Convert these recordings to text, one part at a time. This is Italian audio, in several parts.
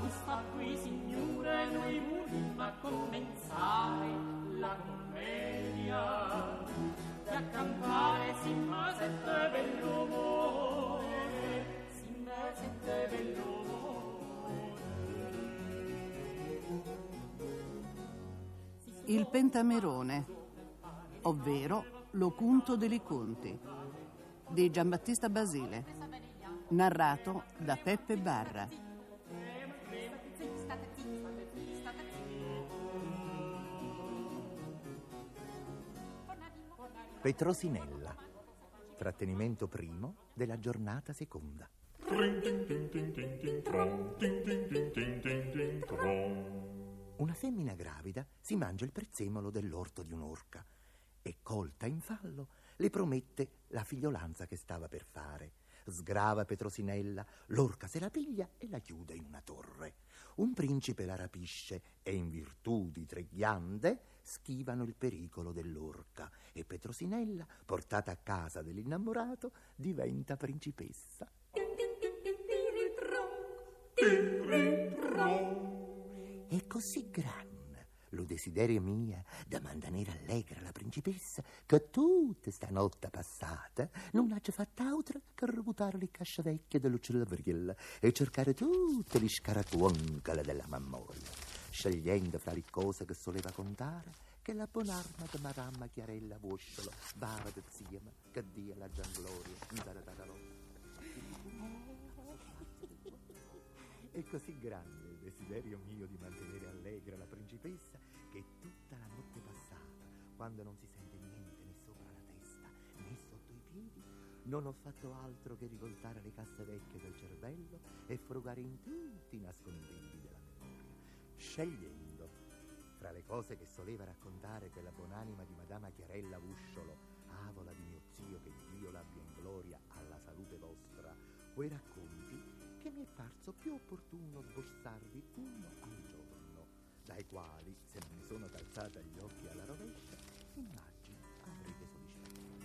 sta qui, signore, noi ultima a commenzare la commedia. Di accampare si sette bell'umore, si sette bell'umore. Il Pentamerone, ovvero L'Ocunto dei Conti, di Giambattista Basile, narrato da Peppe Barra. Petrosinella, trattenimento primo della giornata seconda. Una femmina gravida si mangia il prezzemolo dell'orto di un'orca e, colta in fallo, le promette la figliolanza che stava per fare. Sgrava Petrosinella, l'orca se la piglia e la chiude in una torre. Un principe la rapisce e, in virtù di tre ghiande, schivano il pericolo dell'orca e Petrosinella, portata a casa dell'innamorato, diventa principessa. È così grande lo desiderio mia da mantenere allegra la principessa che tutta stanotte passata non ha fatta altro che reputare le casce vecchie dell'uccellavriella e cercare tutte le scaratuoncole della memoria, scegliendo fra le cose che soleva contare che la buon'arma di Madama Chiarella Vosciolo vava de ziema che dia la giangloria in Zarataralò. È così grande il desiderio mio di mantenere allegra la principessa che tutta la notte passata, quando non si sente niente né sopra la testa né sotto i piedi, non ho fatto altro che rivoltare le casse vecchie del cervello e frugare in tutti i nascondigli della memoria, scegliendo fra le cose che soleva raccontare quella buonanima di Madama Chiarella Vusciolo, avola di mio zio, che Dio l'abbia in gloria alla salute vostra, quei racconti che mi è parso più opportuno sborsarvi uno al giorno, dai quali, se me ne sono calzata gli occhi alla rovescia, immagino avrete soddisfazione.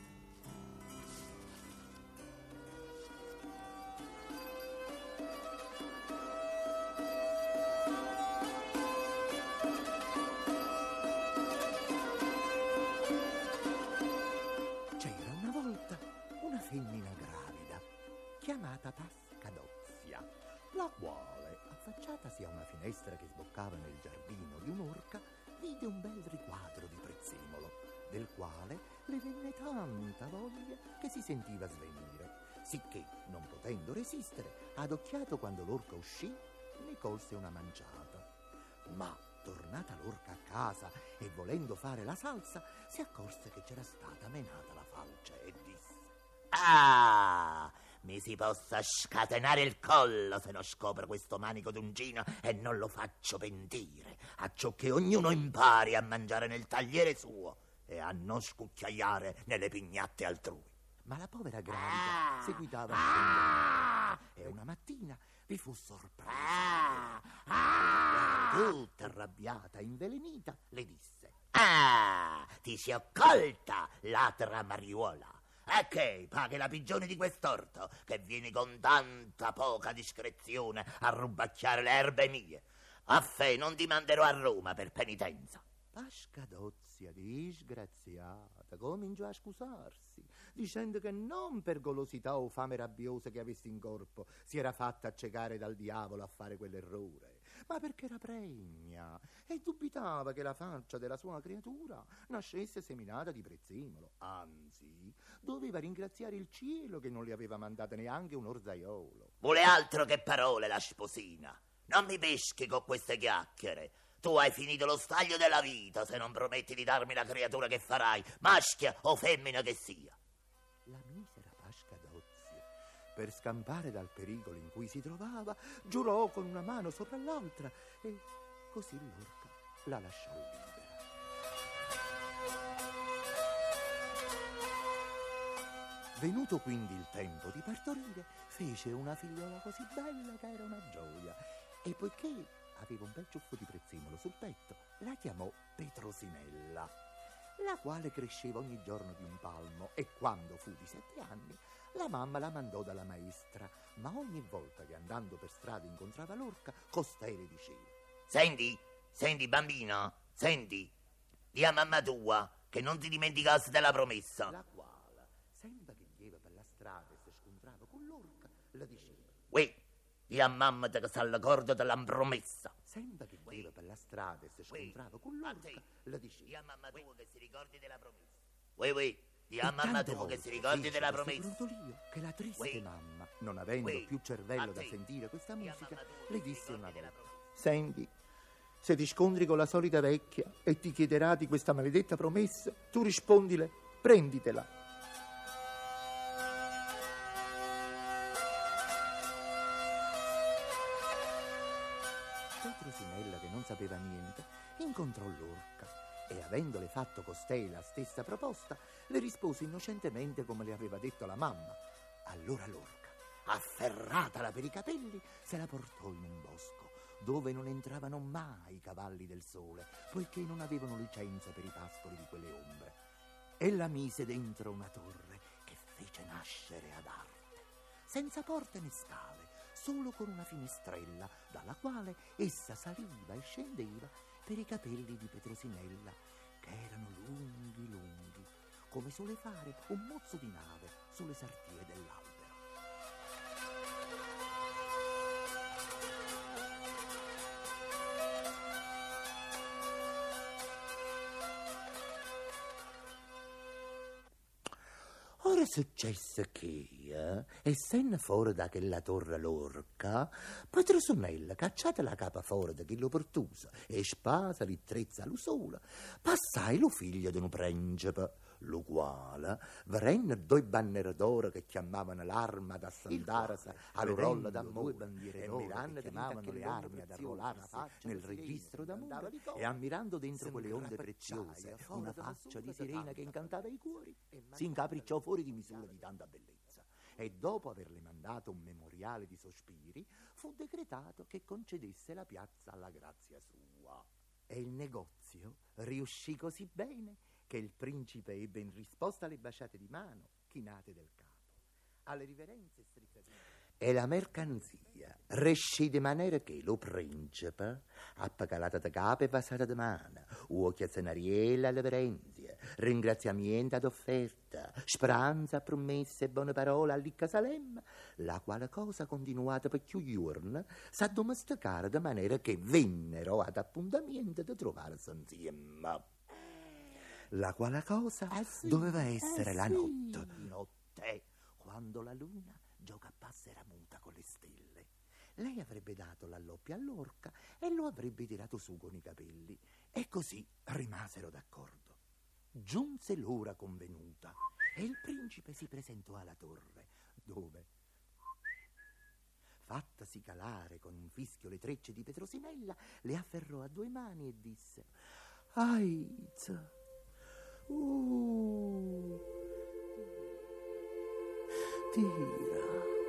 C'era una volta una femmina gravida chiamata Pascadozia, la quale, affacciatasi a una finestra che sboccava nel giardino di un'orca, vide un bel riquadro di prezzemolo, del quale le venne tanta voglia che si sentiva svenire, sicché, non potendo resistere, adocchiato quando l'orca uscì, ne colse una manciata. Ma, tornata l'orca a casa e volendo fare la salsa, si accorse che c'era stata menata la falce e disse: Ah, mi si possa scatenare il collo se non scopro questo manico d'ungino e non lo faccio pentire, acciò che ognuno impari a mangiare nel tagliere suo e a non scucchiaiare nelle pignatte altrui. Ma la povera gravida seguitava a scendere e una mattina vi fu sorpresa. Tutta arrabbiata e invelenita, le disse: Ah, ti si è colta, ladra mariuola. E che paghi la pigione di quest'orto che vieni con tanta poca discrezione a rubacchiare le erbe mie? A fe non ti manderò a Roma per penitenza. Pascadozia, disgraziata, cominciò a scusarsi, dicendo che non per golosità o fame rabbiosa che avesse in corpo si era fatta accecare dal diavolo a fare quell'errore, ma perché era pregna e dubitava che la faccia della sua creatura nascesse seminata di prezzemolo. Anzi, doveva ringraziare il cielo che non le aveva mandate neanche un orzaiolo. Vuole altro che parole la sposina. Non mi peschi con queste chiacchiere. Tu hai finito lo staglio della vita se non prometti di darmi la creatura che farai, maschia o femmina che sia. La misera Pascadozia, per scampare dal pericolo in cui si trovava, giurò con una mano sopra l'altra e così l'orca la lasciò libera. Venuto quindi il tempo di partorire, fece una figliola così bella che era una gioia e poiché aveva un bel ciuffo di prezzemolo sul petto, la chiamò Petrosinella. la quale cresceva ogni giorno di un palmo, e quando fu di 7 anni la mamma la mandò dalla maestra, ma ogni volta che andando per strada incontrava l'orca, costei le diceva: Senti bambino, senti, di a mamma tua che non ti dimenticasse della promessa. La quale, sempre che andava per la strada e si scontrava con l'orca, le diceva: Uè, di a mamma te che sa la corda della promessa. sempre che andava per la strada e si scontrava con l'orca, le Di diceva: a mamma tua che si ricordi della promessa. Uè, di a mamma tua che si ricordi della promessa. brontolio che la triste Uè. mamma, non avendo Uè. più cervello A da te. sentire questa Di a musica, mamma tua le che si disse una ricordi della volta: promessa. senti, se ti scontri con la solita vecchia e ti chiederà di questa maledetta promessa, tu rispondile: prenditela. Petrosinella, che non sapeva niente, incontrò l'orca e, avendole fatto costei la stessa proposta, le rispose innocentemente come le aveva detto la mamma. Allora l'orca, afferratala per i capelli, se la portò in un bosco dove non entravano mai i cavalli del sole, poiché non avevano licenza per i pascoli di quelle ombre, e la mise dentro una torre che fece nascere ad arte, senza porte né scale, solo con una finestrella, dalla quale essa saliva e scendeva per i capelli di Petrosinella, che erano lunghi lunghi, come suole fare un mozzo di nave sulle sartie dell'albero. Ora successe che, essendo fuori da quella torre l'orca, Petrosinella, cacciata la capa fuori da quello portusa e spasa l'ittrezza allo sole, passai lo figlio di un principe, lo quale, vedendo 2 bandiere d'oro che chiamavano l'arma da sandarsi al rollo d'amore, e mirando che chiamavano le armi ad arruolarsi nel registro d'amore, e ammirando dentro quelle onde preziose una faccia di sirena che incantava i cuori, si incapricciò fuori di misura di tanta bellezza, e dopo averle mandato un memoriale di sospiri, fu decretato che concedesse la piazza alla grazia sua. E il negozio riuscì così bene che il principe ebbe in risposta alle baciate di mano chinate del capo, alle riverenze strizzatine, e la mercanzia rescì di maniera che lo principe, appacalata da capo e passata di mano, occhia zenariella alle verenzie, ringraziamento ad offerta, speranza, promesse e buone parole all'icca Salem, la quale cosa continuata per più giorni s'addomesticare di maniera che vennero ad appuntamento di trovarsi insieme. La quale cosa doveva essere la notte, quando la luna gioca a passera muta con le stelle. Lei avrebbe dato l'alloppio all'orca e lo avrebbe tirato su con i capelli, e così rimasero d'accordo. Giunse l'ora convenuta e il principe si presentò alla torre, dove, fattasi calare con un fischio le trecce di Petrosinella, le afferrò a 2 mani e disse: Aiz, tira.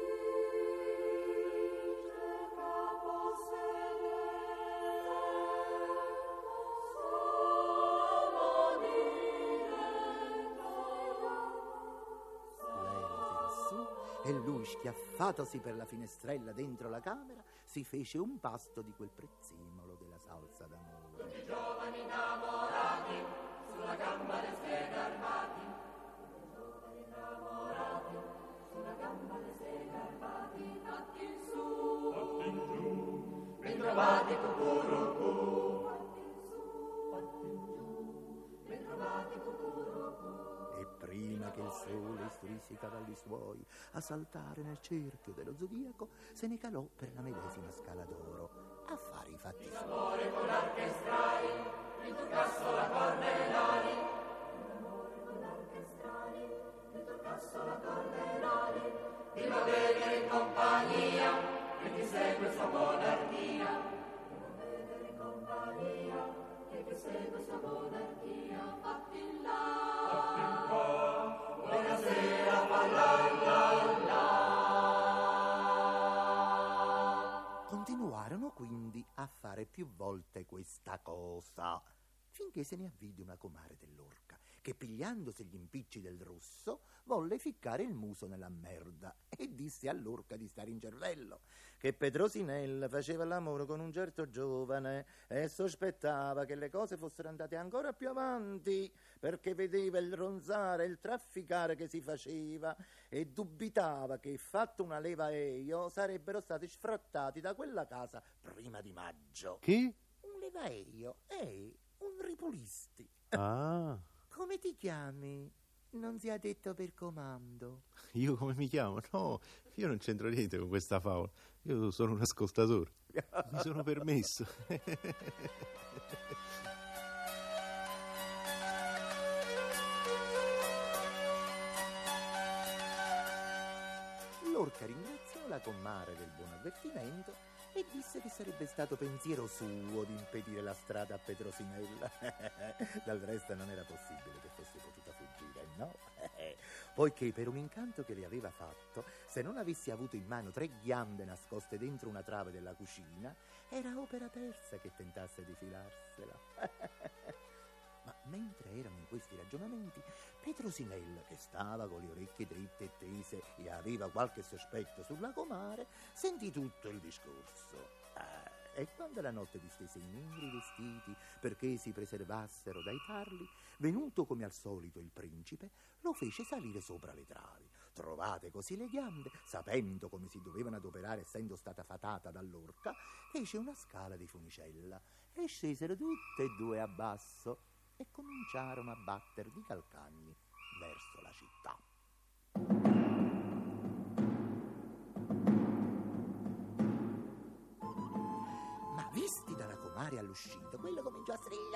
E lui, schiaffatosi per la finestrella dentro la camera, si fece un pasto di quel prezzemolo della salsa d'amore. Tutti giovani innamorati, sulla gamba le streghe armati. Tutti giovani innamorati, sulla gamba le streghe armati. Fatti in su, fatti in giù, ben trovati cucurucù. Fatti in su, fatti in giù, ben trovati cucurucù. E prima che il sole istruisse i cavalli suoi a saltare nel cerchio dello zodiaco, se ne calò per la medesima scala d'oro a fare i fatti suoi. L'amore con l'archestrali, il tuo casso la corda e l'ali. L'amore con l'archestrali, il tuo casso la corda e l'ali. Ti lo vedere in compagnia, e ti segue sua monarchia. Ti lo vedere in compagnia, e ti segue sua monarchia. Fatti in là, fatti in qua, buonasera, fa la la la. Continuarono quindi a fare più volte questa cosa, finché se ne avvide una comare dell'orca, che pigliandosi gli impicci del rosso volle ficcare il muso nella merda e disse all'orca di stare in cervello, che Petrosinella faceva l'amore con un certo giovane e sospettava che le cose fossero andate ancora più avanti, perché vedeva il ronzare e il trafficare che si faceva e dubitava che, fatto una leva aereo, sarebbero stati sfrattati da quella casa prima di maggio. Chi? Un levaio, un ripulisti. Ah, Come ti chiami? Non sia detto per comando. io come mi chiamo? No, io non c'entro niente con questa favola. Io sono un ascoltatore. Mi sono permesso. L'orca ringraziò la comare del buon avvertimento e disse che sarebbe stato pensiero suo di impedire la strada a Petrosinella. Dal resto non era possibile che fosse potuta fuggire, no? Poiché per un incanto che le aveva fatto, se non avessi avuto in mano 3 ghiande nascoste dentro una trave della cucina, era opera persa che tentasse di filarsela. Ma mentre erano in questi ragionamenti, Petrosinella, che stava con le orecchie dritte e tese e aveva qualche sospetto sulla comare, sentì tutto il discorso. E quando la notte distese i neri vestiti perché si preservassero dai tarli, venuto come al solito il principe, lo fece salire sopra le travi. Trovate così le ghiande, sapendo come si dovevano adoperare essendo stata fatata dall'orca, fece una scala di funicella e scesero tutte e 2 a basso e cominciarono a batter di calcagni verso la città. Ma visti dalla comare all'uscita, quello cominciò a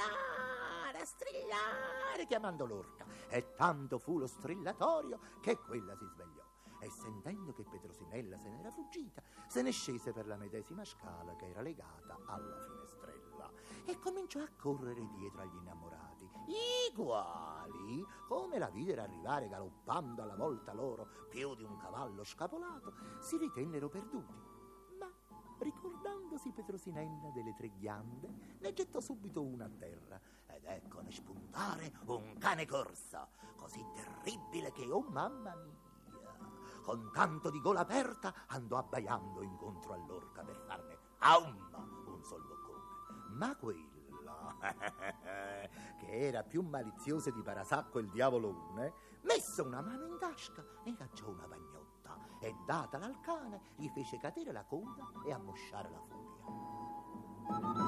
strillare, chiamando l'orca, e tanto fu lo strillatorio che quella si svegliò. E sentendo che Petrosinella se n'era fuggita, se ne scese per la medesima scala che era legata alla finestrella e cominciò a correre dietro agli innamorati, i quali, come la videro arrivare galoppando alla volta loro più di un cavallo scapolato, si ritennero perduti. Ma, ricordandosi Petrosinella delle 3 ghiande, ne gettò subito una a terra ed eccone spuntare un cane corsa, così terribile che, oh mamma mia, con tanto di gola aperta andò abbaiando incontro all'orca per farne aum un sol boccone. Ma quella, che era più maliziosa di Parasacco il diavolone, messo una mano in tasca ne cacciò una pagnotta e datala al cane gli fece cadere la coda e ammosciare la furia.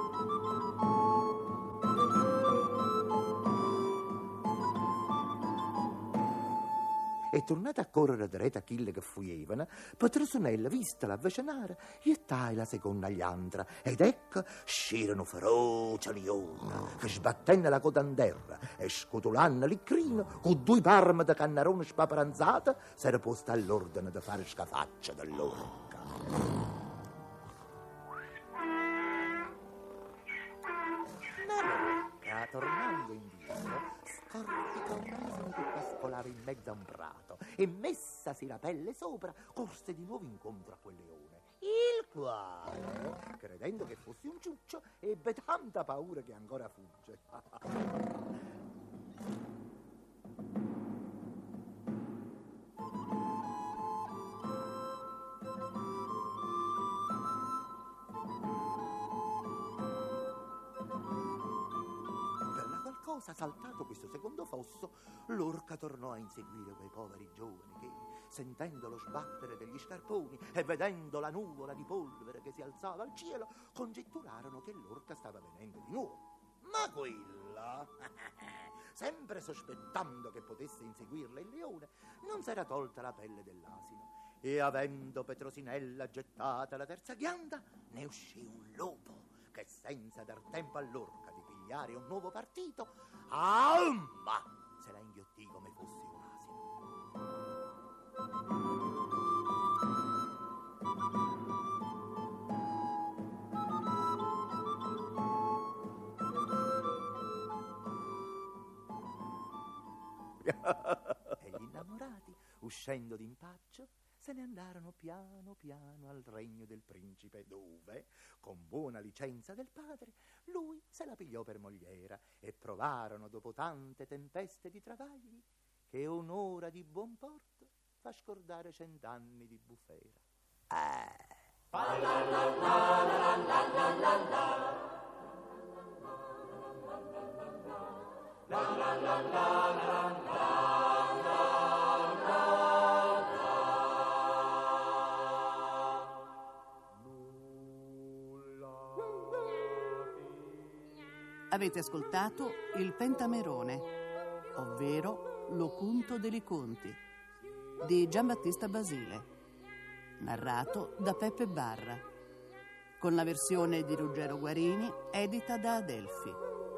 E tornata a correre dreta Achille che fuievano, Petrosinella, vista l'avvicinare, jettai la seconda agli andra, ed ecco scirono feroci lioni, che sbattenne la coda in terra e scotolanno l'iccrino, con 2 parme da cannarone spaparanzata, s'era posta all'ordine di fare scafaccia dell'orca. Ma tornando indietro, scorpicò un asino che pascolava in mezzo a un prato e, messasi la pelle sopra, corse di nuovo incontro a quel leone, il quale, credendo che fosse un ciuccio, ebbe tanta paura che ancora fugge. Saltato questo secondo fosso, l'orca tornò a inseguire quei poveri giovani che, sentendo lo sbattere degli scarponi e vedendo la nuvola di polvere che si alzava al cielo, congetturarono che l'orca stava venendo di nuovo. Ma quella, sempre sospettando che potesse inseguirla il leone, non s'era tolta la pelle dell'asino e, avendo Petrosinella gettata la terza ghianda, ne uscì un lupo che, senza dar tempo all'orca di pigliare un nuovo partito, se la inghiottì come fosse un asino. E gli innamorati, uscendo d'impaccio, se ne andarono piano piano al regno del principe, dove, con buona licenza del padre, lui se la pigliò per mogliera e provarono dopo tante tempeste di travagli che un'ora di buon porto fa scordare 100 anni di bufera. Avete ascoltato Il Pentamerone, ovvero L'Ocunto dei Conti, di Giambattista Basile, narrato da Peppe Barra, con la versione di Ruggero Guarini, edita da Adelphi.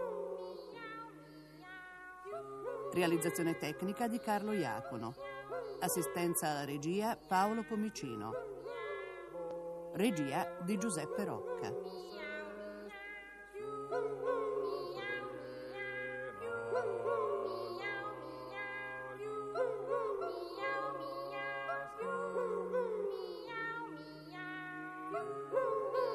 Realizzazione tecnica di Carlo Iacono. Assistenza alla regia Paolo Pomicino. Regia di Giuseppe Rocca. Miau, miau, miau.